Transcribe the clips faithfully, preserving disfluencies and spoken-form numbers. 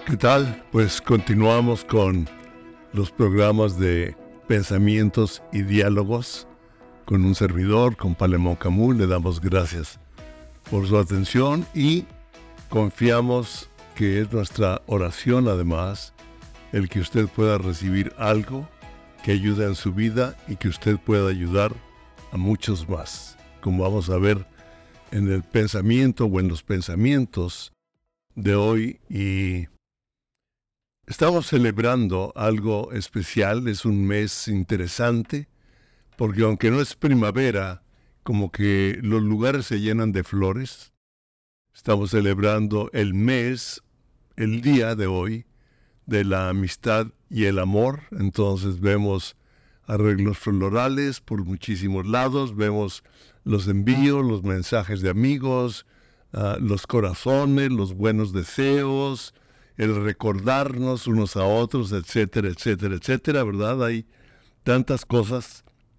¿Qué tal? Pues continuamos con los programas de pensamientos y diálogos con un servidor, con Palemón Camus. Le damos gracias por su atención y confiamos que es nuestra oración, además, el que usted pueda recibir algo que ayude en su vida y que usted pueda ayudar a muchos más, como vamos a ver en el pensamiento o en los pensamientos de hoy. Y estamos celebrando algo especial, es un mes interesante, porque aunque no es primavera, como que los lugares se llenan de flores. Estamos celebrando el mes, el día de hoy, de la amistad y el amor. Entonces vemos arreglos florales por muchísimos lados, vemos los envíos, los mensajes de amigos, uh, los corazones, los buenos deseos, el recordarnos unos a otros, etcétera, etcétera, etcétera, ¿verdad? Hay tantas cosas.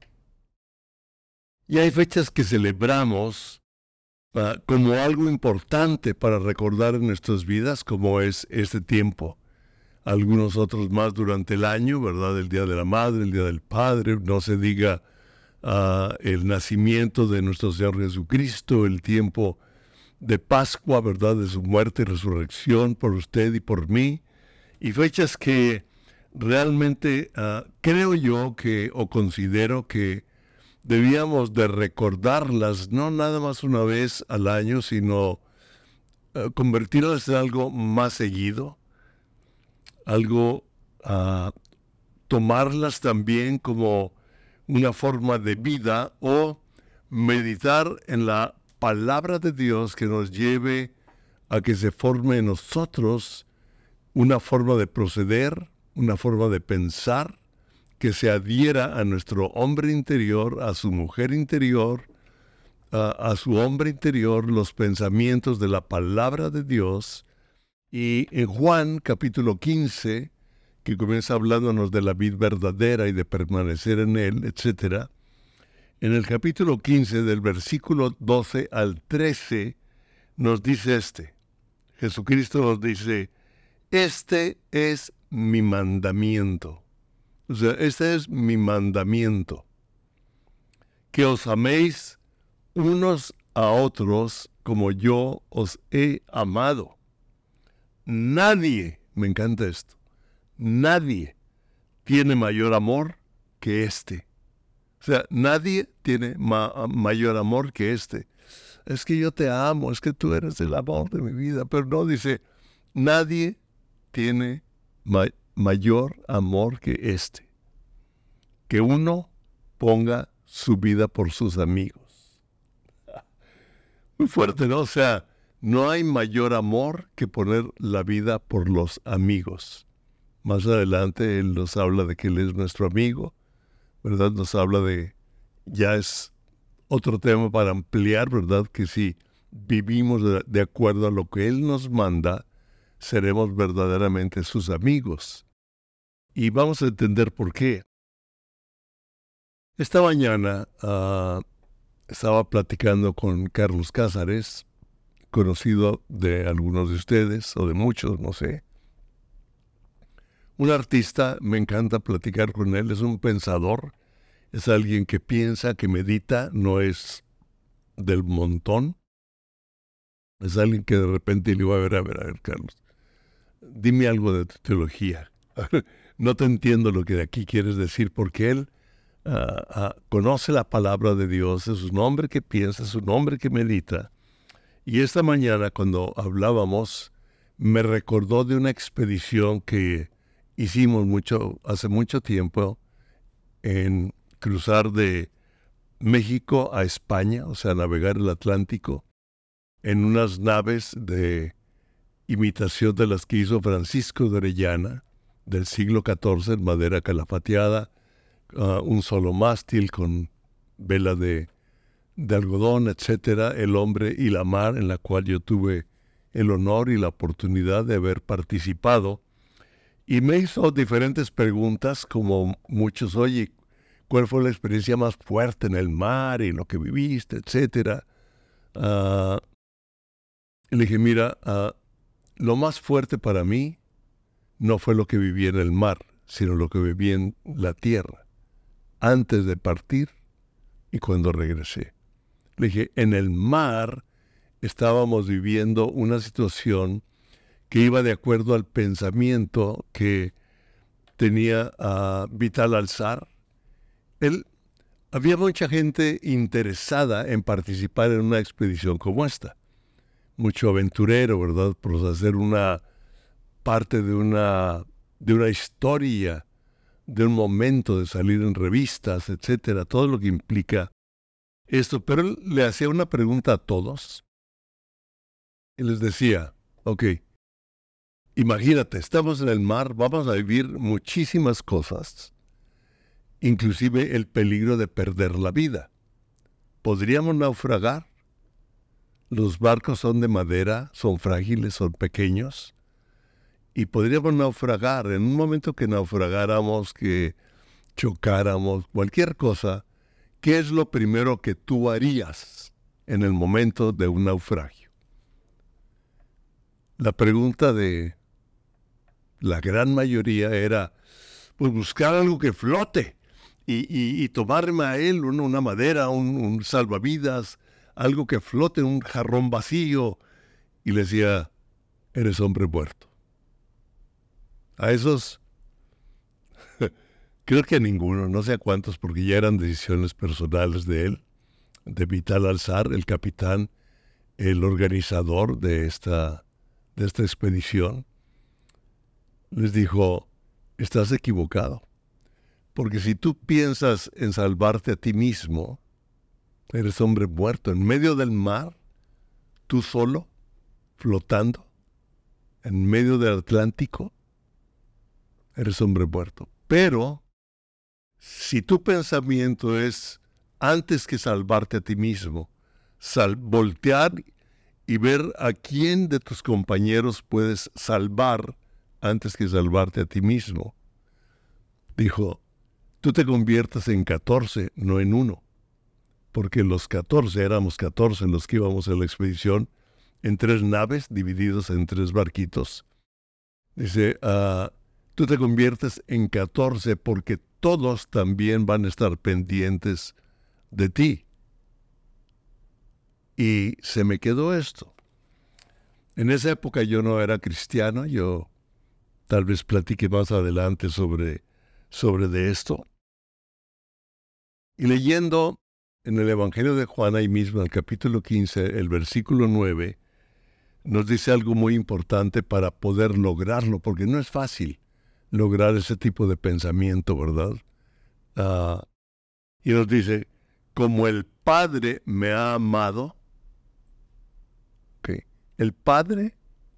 Y hay fechas que celebramos uh, como algo importante para recordar en nuestras vidas, como es este tiempo. Algunos otros más durante el año, ¿verdad? El Día de la Madre, el Día del Padre, no se diga uh, el nacimiento de nuestro Señor Jesucristo, el tiempo de Pascua, ¿verdad? De su muerte y resurrección por usted y por mí. Y fechas que realmente uh, creo yo que, o considero que debíamos de recordarlas, no nada más una vez al año, sino uh, convertirlas en algo más seguido. Algo, uh, tomarlas también como una forma de vida o meditar en la palabra de Dios que nos lleve a que se forme en nosotros una forma de proceder, una forma de pensar, que se adhiera a nuestro hombre interior, a su mujer interior, a, a su hombre interior, los pensamientos de la palabra de Dios. Y en Juan capítulo quince, que comienza hablándonos de la vid verdadera y de permanecer en él, etcétera, en el capítulo quince, del versículo doce al trece, nos dice este. Jesucristo nos dice, este es mi mandamiento. O sea, este es mi mandamiento. Que os améis unos a otros como yo os he amado. Nadie, me encanta esto, nadie tiene mayor amor que este. O sea, nadie tiene ma- mayor amor que este. Es que yo te amo, es que tú eres el amor de mi vida. Pero no, dice, nadie tiene ma- mayor amor que este. Que uno ponga su vida por sus amigos. Muy fuerte, ¿no? O sea, no hay mayor amor que poner la vida por los amigos. Más adelante Él nos habla de que Él es nuestro amigo, ¿verdad? Nos habla de, ya es otro tema para ampliar, ¿verdad? Que si vivimos de, de acuerdo a lo que Él nos manda, seremos verdaderamente sus amigos. Y vamos a entender por qué. Esta mañana uh, estaba platicando con Carlos Cázares, conocido de algunos de ustedes, o de muchos, no sé. Un artista, me encanta platicar con él, es un pensador, es alguien que piensa, que medita, no es del montón. Es alguien que de repente le digo, a ver, a ver, a ver, Carlos, dime algo de tu teología. No te entiendo lo que de aquí quieres decir, porque él uh, uh, conoce la palabra de Dios, es un hombre que piensa, es un hombre que medita. Y esta mañana, cuando hablábamos, me recordó de una expedición que hicimos mucho, hace mucho tiempo, en cruzar de México a España, o sea, navegar el Atlántico, en unas naves de imitación de las que hizo Francisco de Orellana, del siglo catorce, en madera calafateada, uh, un solo mástil con vela de, de algodón, etcétera, El hombre y la mar, en la cual yo tuve el honor y la oportunidad de haber participado. Y me hizo diferentes preguntas, como muchos, oye, ¿cuál fue la experiencia más fuerte en el mar y lo que viviste, etcétera? Uh, le dije, mira, uh, lo más fuerte para mí no fue lo que viví en el mar, sino lo que viví en la tierra, antes de partir y cuando regresé. Le dije, en el mar estábamos viviendo una situación que iba de acuerdo al pensamiento que tenía uh, Vital Alzar. Él, había mucha gente interesada en participar en una expedición como esta. Mucho aventurero, ¿verdad? Por hacer una parte de una, de una historia, de un momento, de salir en revistas, etcétera, todo lo que implica esto. Pero él le hacía una pregunta a todos y les decía, ok, imagínate, estamos en el mar, vamos a vivir muchísimas cosas, inclusive el peligro de perder la vida. ¿Podríamos naufragar? Los barcos son de madera, son frágiles, son pequeños, y podríamos naufragar. En un momento que naufragáramos, que chocáramos, cualquier cosa, ¿qué es lo primero que tú harías en el momento de un naufragio? La pregunta de la gran mayoría era, pues buscar algo que flote y, y, y tomarme a él una, una madera, un, un salvavidas, algo que flote, un jarrón vacío. Y le decía, eres hombre muerto. A esos, creo que a ninguno, no sé a cuántos, porque ya eran decisiones personales de él, de Vital Alzar, el capitán, el organizador de esta, de esta expedición. Les dijo, estás equivocado, porque si tú piensas en salvarte a ti mismo, eres hombre muerto, en medio del mar, tú solo, flotando, en medio del Atlántico, eres hombre muerto. Pero, si tu pensamiento es, antes que salvarte a ti mismo, sal, voltear y ver a quién de tus compañeros puedes salvar antes que salvarte a ti mismo, dijo, tú te conviertas en catorce, no en uno. Porque los catorce, éramos catorce los que íbamos a la expedición, en tres naves, divididos en tres barquitos. Dice, uh, tú te conviertes en catorce porque todos también van a estar pendientes de ti. Y se me quedó esto. En esa época yo no era cristiano, yo tal vez platique más adelante sobre, sobre de esto. Y leyendo en el Evangelio de Juan, ahí mismo, en el capítulo quince, el versículo nueve, nos dice algo muy importante para poder lograrlo, porque no es fácil lograr ese tipo de pensamiento, ¿verdad? Uh, y nos dice, como el Padre me ha amado, okay, el Padre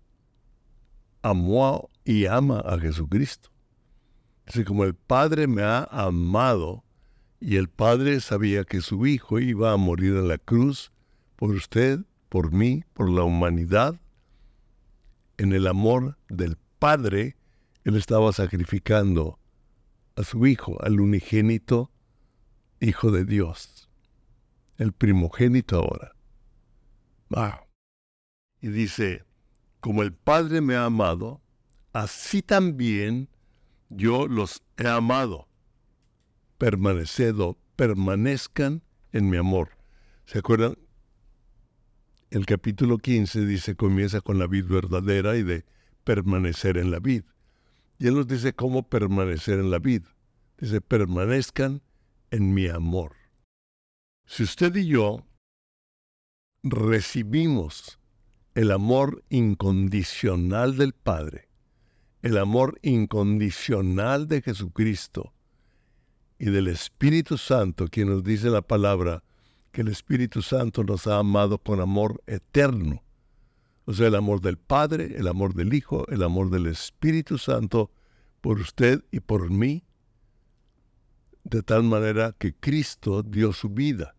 amó y ama a Jesucristo. Dice, como el Padre me ha amado, y el Padre sabía que su Hijo iba a morir en la cruz por usted, por mí, por la humanidad. En el amor del Padre, Él estaba sacrificando a su Hijo, al unigénito Hijo de Dios, el primogénito ahora. Wow. Y dice, como el Padre me ha amado, así también yo los he amado. Permaneced o permanezcan en mi amor. ¿Se acuerdan? El capítulo quince dice, comienza con la vid verdadera y de permanecer en la vid. Y él nos dice cómo permanecer en la vid. Dice, permanezcan en mi amor. Si usted y yo recibimos el amor incondicional del Padre, el amor incondicional de Jesucristo, y del Espíritu Santo, quien nos dice la palabra que el Espíritu Santo nos ha amado con amor eterno. O sea, el amor del Padre, el amor del Hijo, el amor del Espíritu Santo por usted y por mí, de tal manera que Cristo dio su vida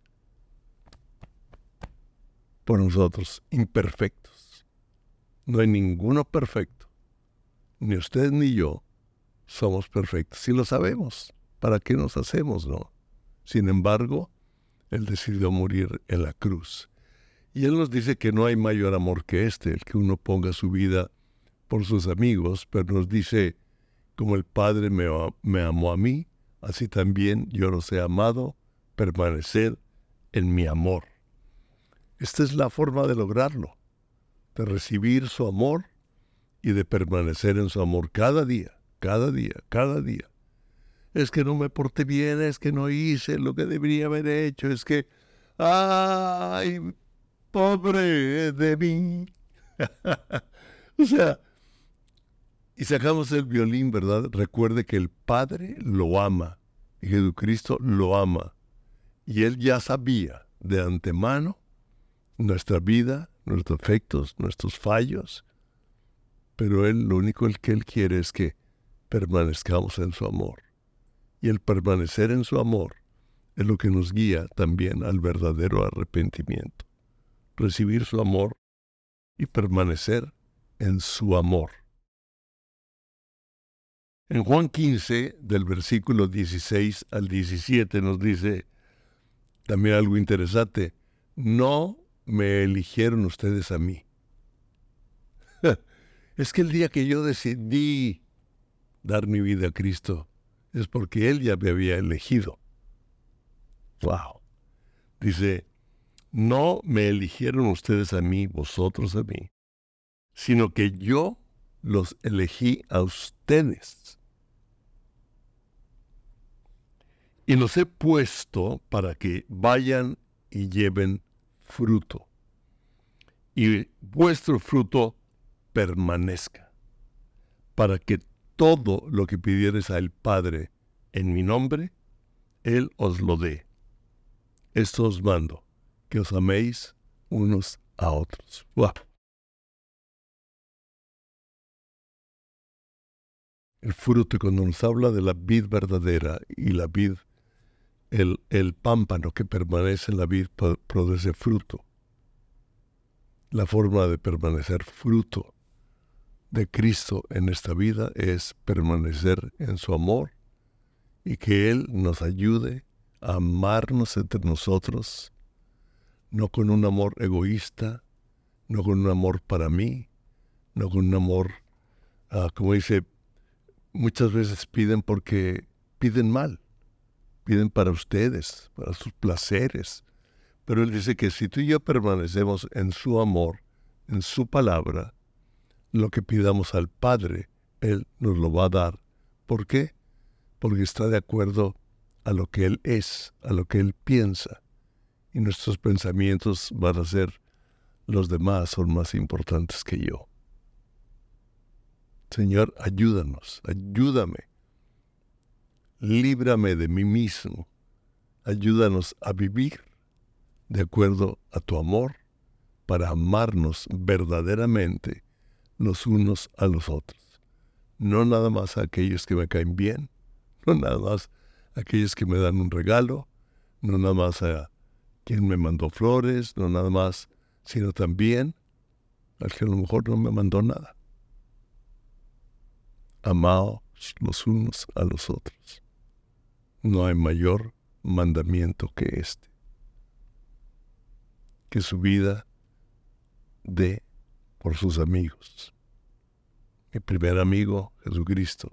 por nosotros, imperfectos. No hay ninguno perfecto. Ni usted ni yo somos perfectos. Si lo sabemos, ¿para qué nos hacemos, no? Sin embargo, Él decidió morir en la cruz. Y Él nos dice que no hay mayor amor que este, el que uno ponga su vida por sus amigos, pero nos dice, como el Padre me, me amó a mí, así también yo los he amado, permanecer en mi amor. Esta es la forma de lograrlo, de recibir su amor y de permanecer en su amor cada día, cada día, cada día. Es que no me porté bien, es que no hice lo que debería haber hecho, es que, ¡ay, pobre de mí! O sea, y sacamos el violín, ¿verdad? Recuerde que el Padre lo ama y Jesucristo lo ama. Y Él ya sabía de antemano nuestra vida, nuestros defectos, nuestros fallos. Pero Él, lo único que Él quiere es que permanezcamos en su amor. Y el permanecer en su amor es lo que nos guía también al verdadero arrepentimiento. Recibir su amor y permanecer en su amor. En Juan quince, del versículo dieciséis al diecisiete, nos dice también algo interesante. No me eligieron ustedes a mí. Es que el día que yo decidí dar mi vida a Cristo, es porque Él ya me había elegido. ¡Wow! Dice, no me eligieron ustedes a mí, vosotros a mí, sino que yo los elegí a ustedes. Y los he puesto para que vayan y lleven fruto. Y vuestro fruto permanezca, para que todo lo que pidieres al Padre en mi nombre, Él os lo dé. Esto os mando, que os améis unos a otros. ¡Wow! El fruto, cuando nos habla de la vid verdadera y la vid, el, el pámpano que permanece en la vid produce fruto. La forma de permanecer fruto de Cristo en esta vida es permanecer en su amor y que Él nos ayude a amarnos entre nosotros, no con un amor egoísta, no con un amor para mí, no con un amor, uh, como dice, muchas veces piden porque piden mal, piden para ustedes, para sus placeres. Pero Él dice que si tú y yo permanecemos en su amor, en su palabra, lo que pidamos al Padre, Él nos lo va a dar. ¿Por qué? Porque está de acuerdo a lo que Él es, a lo que Él piensa. Y nuestros pensamientos van a ser, los demás son más importantes que yo. Señor, ayúdanos, ayúdame. Líbrame de mí mismo. Ayúdanos a vivir de acuerdo a tu amor para amarnos verdaderamente los unos a los otros. No nada más a aquellos que me caen bien, no nada más a aquellos que me dan un regalo, no nada más a quien me mandó flores, no nada más, sino también al que a lo mejor no me mandó nada. Amaos los unos a los otros. No hay mayor mandamiento que este. Que su vida dé por sus amigos. Mi primer amigo, Jesucristo.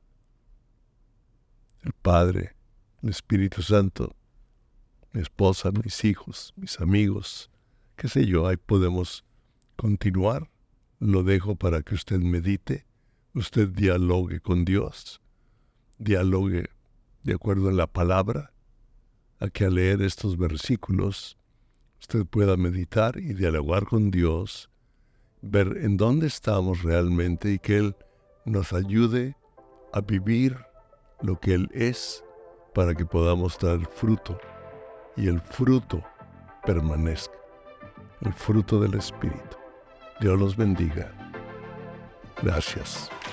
El Padre, el Espíritu Santo, mi esposa, mis hijos, mis amigos, qué sé yo, ahí podemos continuar. Lo dejo para que usted medite, usted dialogue con Dios, dialogue de acuerdo a la palabra, a que al leer estos versículos usted pueda meditar y dialogar con Dios, ver en dónde estamos realmente y que Él nos ayude a vivir lo que Él es para que podamos dar fruto y el fruto permanezca, el fruto del Espíritu. Dios los bendiga. Gracias.